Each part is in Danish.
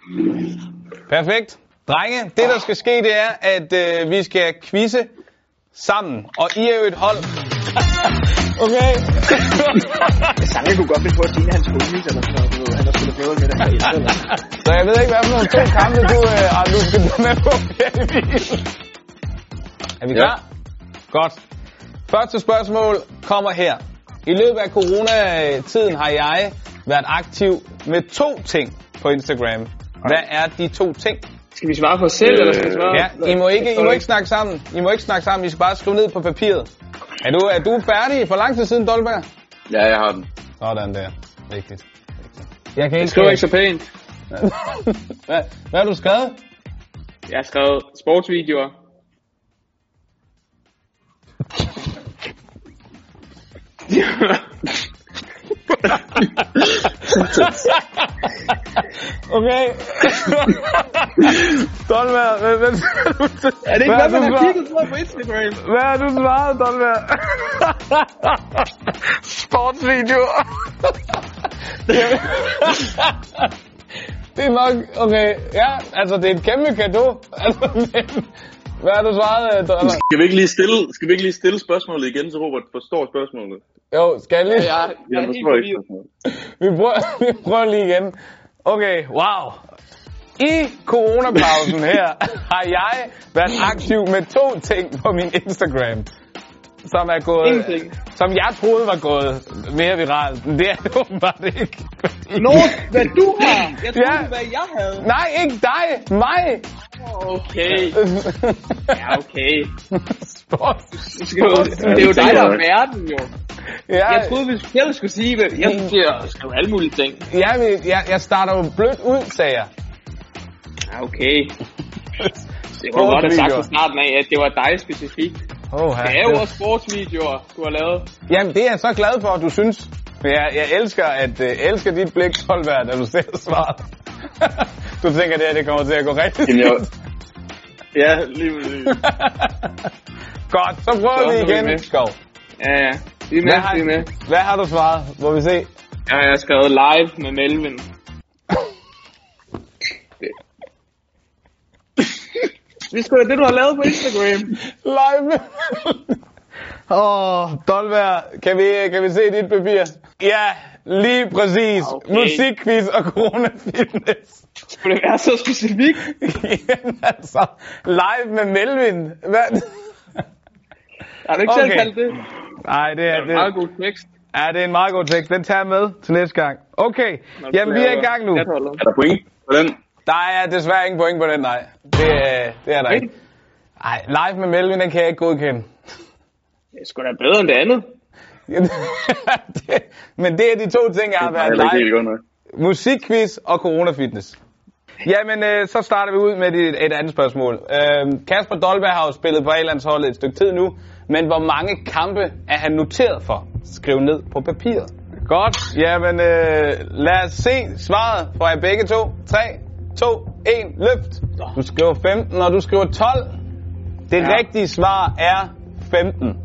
Perfekt. Drenge, det der skal ske, det er, at vi skal quizze sammen. Og I er jo et hold. Okay. Sange kunne godt finde på at sige, at han skulle eller sådan noget. Du ved, han har spillet fævel med det her. Så jeg ved ikke, hvad for nogle 2 kampe du skal blive med på. Er vi klar? Godt. Første spørgsmål kommer her. I løbet af coronatiden har jeg været aktiv med 2 ting på Instagram. Hvad er de 2 ting? Skal vi svare for os selv, eller skal vi svare? Ja, I må ikke snakke sammen. I må ikke snakke sammen. I skal bare skrive ned på papiret. Er du færdig for lang tid siden, Dolberg? Ja, jeg har den. Sådan der. Vigtigt. Jeg kan ikke skrive ikke så pænt. Hvad har du skrevet? Jeg har skrevet sportsvideoer. Okay. Dolberg, hvad er det ikke hvad man har kigget på Instagram? Hvad har du svaret, Dolberg? Sportsvideoer. Det er nok, okay, ja, altså det er et kæmpe cadeau. Altså, hvad har du svaret, Dolberg? Skal vi ikke lige stille spørgsmålet igen, så Robert forstår spørgsmålet? Jo, skal jeg lige? Ja, jeg forstår ikke spørgsmålet. Vi prøver lige igen. Okay, wow. I coronapausen her har jeg været aktiv med 2 ting på min Instagram, som er gået, som jeg troede var gået mere viralt, men det er det åbenbart ikke. Nå, hvad du har? Jeg troede, hvad jeg havde. Nej, ikke dig, mig. Okay. Ja, okay. Sport. Det er jo dig, der er verden, jo. Ja. Jeg troede, vi selv skulle sige, hvad jeg skrive alle mulige ting. Ja, jeg starter jo blødt ud, sagde jeg. Ja, okay. Det var godt at sagt fra starten af, at det var dig specifikt. Det er jo også sportsvideoer, du har lavet. Jamen, det er jeg så glad for, at du synes. Jeg elsker dit blik, Dolberg, da du selv svarer. Du tænker, det kommer til at gå rigtig skidt. Ja, lige. Godt, så prøver vi igen, Skov. Ja. Vi er med. Hvad har du svaret? Må vi se? Ja, jeg har skrevet live med Melvin. Det er sgu da det, du har lavet på Instagram. Live med Dolberg, kan vi se dit papir? Ja, lige præcis. Okay. Musikquiz og coronafitness. Skulle det være så specifikt? Jamen altså, live med Melvin. Hvad? Har du ikke selv kaldt det? Nej, det er en meget god tekst. Ja, det er en meget god tekst. Den tager jeg med til næste gang. Okay, jamen vi er i gang nu. Er der point på den? Der er desværre ingen point på den, nej. Det er der ikke. Nej, live med Melvin, den kan jeg ikke godkende. Det er sgu da bedre end det andet. Men det er de 2 ting, jeg har været live. Musikquiz og coronafitness. Jamen, så starter vi ud med et andet spørgsmål. Kasper Dolberg har jo spillet på A-landsholdet et stykke tid nu, men hvor mange kampe er han noteret for? Skriv ned på papiret. Godt, jamen lad os se svaret fra jer begge 2. 3, 2, 1, løft. Du skriver 15, og du skriver 12. Det rigtige svar er 15.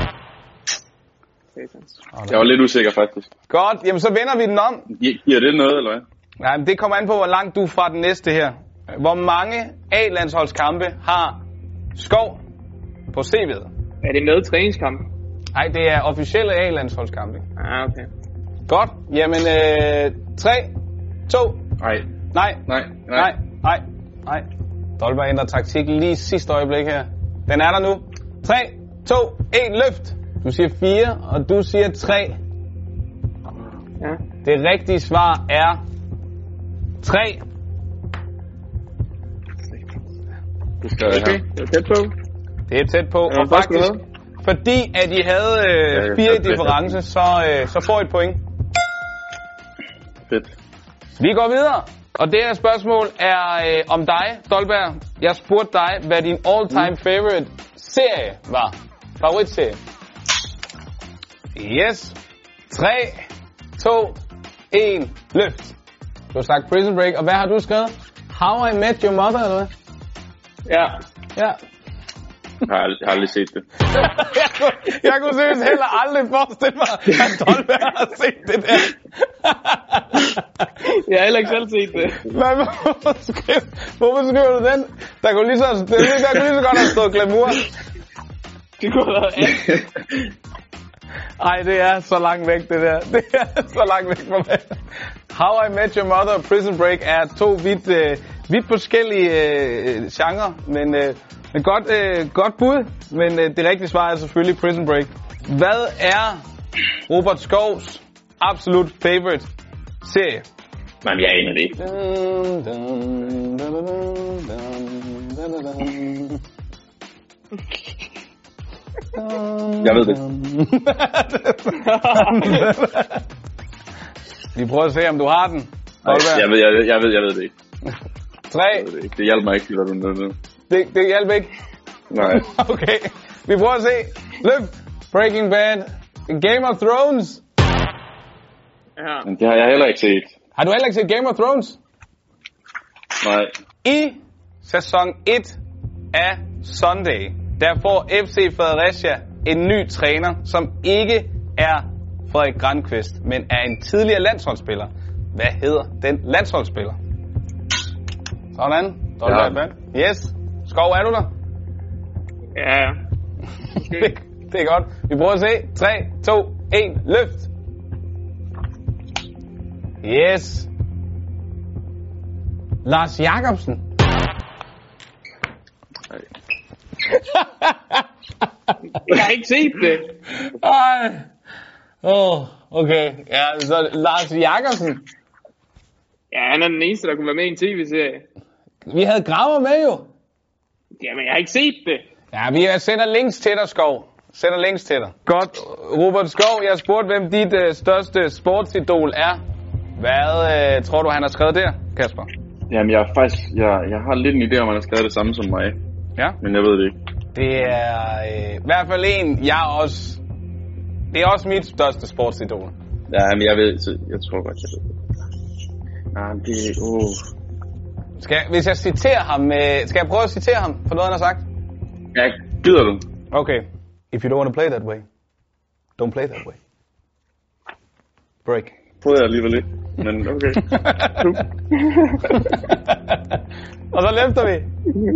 Jeg var lidt usikker faktisk. Godt, jamen så vender vi den om. Giver det noget, eller hvad? Nej, men det kommer an på, hvor langt du er fra den næste her. Hvor mange A-landsholdskampe har Skov på CV'et? Er det med træningskampe? Nej, det er officielle A-landsholdskampe. Ah, okay. Godt, jamen 3, 2... Nej. Dolberg ændrer taktik lige sidste øjeblik her. Den er der nu. 3, 2, 1, løft. Du siger 4, og du siger 3. Ja. Det rigtige svar er 3. Okay, det er tæt på. Det er tæt på, og faktisk, fordi at I havde 4 i difference, så får I et point. Fedt. Vi går videre, og det her spørgsmål er om dig, Dolberg. Jeg spurgte dig, hvad din all-time favorite serie var. Favoritserie. Yes. 3, 2, 1, løft. Du har sagt Prison Break, og hvad har du skrevet? How I Met Your Mother, eller hvad? Ja. Ja. Jeg har aldrig set det. jeg kunne seriøst heller aldrig forestille mig, at Dolberg har set det der. Jeg har heller ikke selv set det. Men hvorfor skriver du den? Der kunne lige så godt have stået glamour. Det kunne have været Ej, det er så langt væk, det der. Det er så langt væk fra mig. How I Met Your Mother og Prison Break er to vidt forskellige genrer, men godt bud. Men det rigtige svar er selvfølgelig Prison Break. Hvad er Robert Skovs absolut favorite serie? Nej, jeg aner det ikke. Jeg ved det. Vi prøver at se, om du har den. Jeg ved det ikke. 3. Det hjalp mig ikke, hvad du nødde. Det hjalp ikke? Nej. Okay, vi prøver at se. Løft. Breaking Bad. Game of Thrones. Ja. Men det har jeg heller ikke set. Har du heller ikke set Game of Thrones? Nej. I sæson 1 af Sunday, der får FC Fredericia en ny træner, som ikke er Frederik Granqvist, men er en tidligere landsholdsspiller. Hvad hedder den landsholdsspiller? Sådan. Ja. Yes. Skov, er du der? Ja. Okay. Det er godt. Vi prøver at se. 3, 2, 1, løft. Yes. Lars Jacobsen. Jeg har ikke set det. Ej. Okay. Ja, så Lars Jacobsen. Ja, han er den eneste, der kunne være med i en tv-serie. Vi havde Graver med jo. Jamen, jeg har ikke set det. Ja, vi sender links til dig, Skov. Godt. Robert Skov, jeg har spurgt, hvem dit største sportsidol er. Hvad tror du, han har skrevet der, Kasper? Jamen, jeg har lidt en idé om, han har skrevet det samme som mig. Ja. Men jeg ved det ikke. Det er i hvert fald en, det er også mit største sportsidol. Ja, men jeg tror godt, jeg ved det. Nej, Hvis jeg citerer ham, skal jeg prøve at citere ham for noget, han har sagt? Ja, gider du? Okay. If you don't want to play that way, don't play that way. Break. Prøvede jeg alligevel ikke, men okay. Og så løfter vi.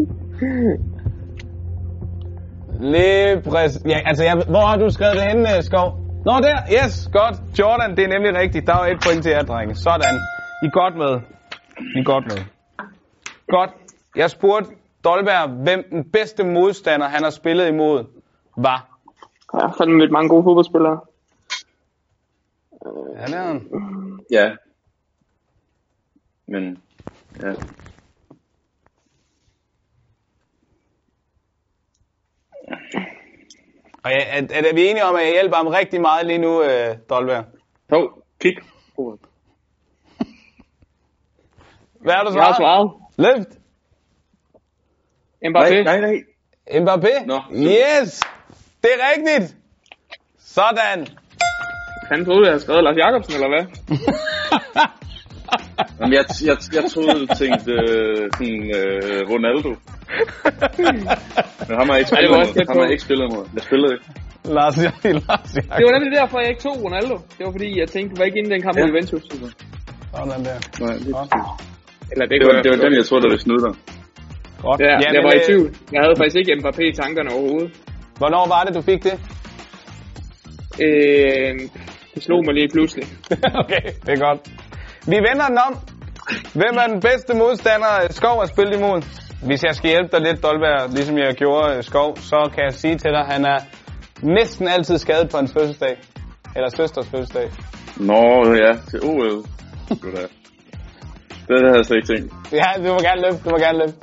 Ja, altså, hvor har du skrevet det henne, Skov? Nå, der. Yes, godt. Jordan, det er nemlig rigtigt. Der var 1 point til jer, drenge. Sådan. I er godt med. Godt. Jeg spurgte Dolberg, hvem den bedste modstander, han har spillet imod, var. Jeg har fandme lidt mange gode fodboldspillere. Ja, det er han. Ja. Men, ja. Og er vi enige om, at jeg hjælper ham rigtig meget lige nu, Dolberg? Jo, kig. Hvad har du svaret? Jeg har svaret. Løft. Mbappé. Nej. Mbappé? Nå. Yes! Det er rigtigt! Sådan! Han troede, jeg havde skrevet Lars Jacobsen, eller hvad? Jamen, jeg troede, du tænkte Ronaldo. Men ham har jeg ikke spillet mod. Jeg spillede ikke. Lars Jacobsen. Det var nemlig derfor, jeg ikke tog Ronaldo. Det var fordi, jeg tænkte, du var ikke inde i den kamp mod Juventus. Sådan der. Nej, Eller det var den, jeg troede, der ville snyde dig. Godt. Ja, jeg var i tvivl. Jeg havde faktisk ikke Mbappé i tankerne overhovedet. Hvornår var det, du fik det? Det slog mig lige pludselig. Okay, det er godt. Vi vender den om. Hvem er den bedste modstander, Skov har spillet imod? Hvis jeg skal hjælpe dig lidt, Dolberg, ligesom jeg gjorde Skov, så kan jeg sige til dig, at han er næsten altid skadet på hans fødselsdag. Eller søsters fødselsdag. Nå, ja, til OL. Det havde jeg slet ikke tænkt. Ja, du må gerne løfte.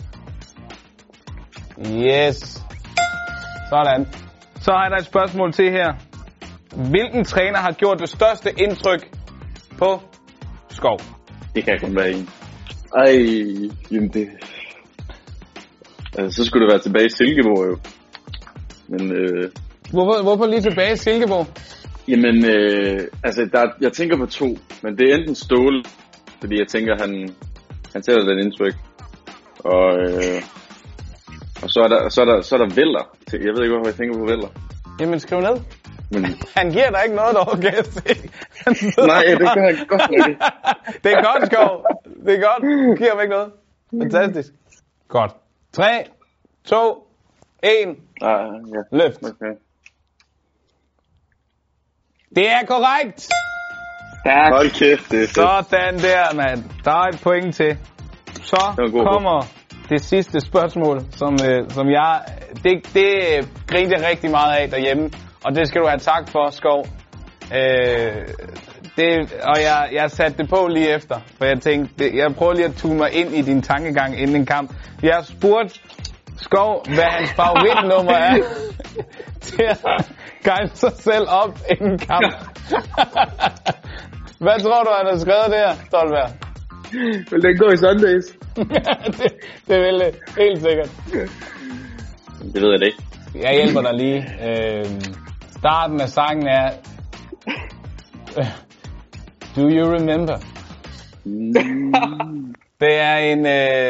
Yes. Sådan. Så har der et spørgsmål til her. Hvilken træner har gjort det største indtryk på Skov? Det kan kun være en. Jamen det... Altså, så skulle det være tilbage i Silkeborg jo. Men Hvorfor lige tilbage i Silkeborg? Jamen, jeg tænker på 2. Men det er enten Ståle, fordi jeg tænker, han sætter den indtryk. Og Og så er der Veller. Jeg ved ikke, hvorfor jeg tænker på Veller. Jamen, skriv ned. Men... Han giver dig ikke noget dog, kan jeg se. Nej, det gør han godt nok ikke. Det er godt, Skov. Det er godt. Du giver mig ikke noget. Fantastisk. Godt. 3, 2, 1. Ja. Løft. Okay. Det er korrekt. Tak. Hold kæft, det er fedt. Sådan der, mand. Der er et point til. Så kommer det sidste spørgsmål, som jeg... Det grinte jeg rigtig meget af derhjemme. Og det skal du have tak for, Skov. Jeg satte det på lige efter. For jeg tænkte, jeg prøver lige at tune mig ind i din tankegang inden en kamp. Jeg spurgte Skov, hvad hans favoritnummer er til at gejle sig selv op inden kamp. Hvad tror du, han har skrevet der, Dolberg? Vil den gå i Sundays? det vil det, helt sikkert. Det ved jeg ikke. Jeg hjælper dig lige. Starten af sangen er... Do you remember? Det er en...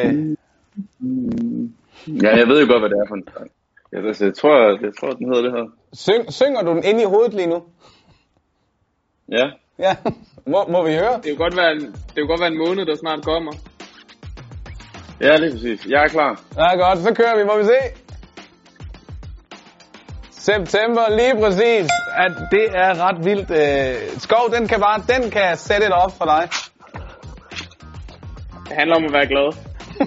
Ja, jeg ved jo godt, hvad det er for en sang. Jeg tror, den hedder det her. Synger du den inde i hovedet lige nu? Ja. Ja, må vi høre? Det er jo godt være en måned, der snart kommer. Ja, det er præcis. Jeg er klar. Ja, godt. Så kører vi. Må vi se? September, lige præcis. At det er ret vildt. Skov, den kan sætte det op for dig. Det handler om at være glad.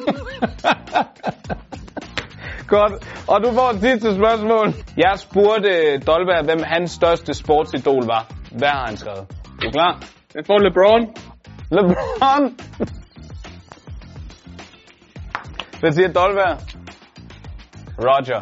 Godt. Og du får et sidste spørgsmål. Jeg spurgte Dolberg, hvem hans største sportsidol var. Hvad har han skrevet? Er du klar? Jeg får LeBron. LeBron? Hvad siger Dolberg? Roger.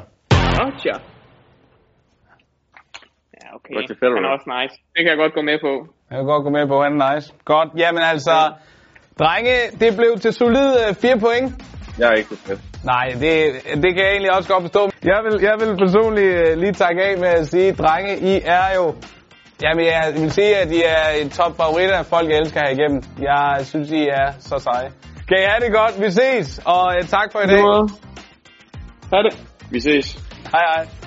Ja, okay. Han er også nice. Det kan jeg godt gå med på. Jeg kan godt gå med på, han er nice. Godt. Jamen altså, drenge, det blev til solid 4 point. Jeg er ikke så fedt. Nej, det kan jeg egentlig også godt forstå. Jeg vil personligt lige takke af med at sige, drenge, I er jo... Jamen, jeg vil sige, at I er en top favoritter, folk elsker her igennem. Jeg synes, I er så seje. Kan I have det godt? Vi ses, og tak for i dag. Ha' det. Vi ses. Hej hej.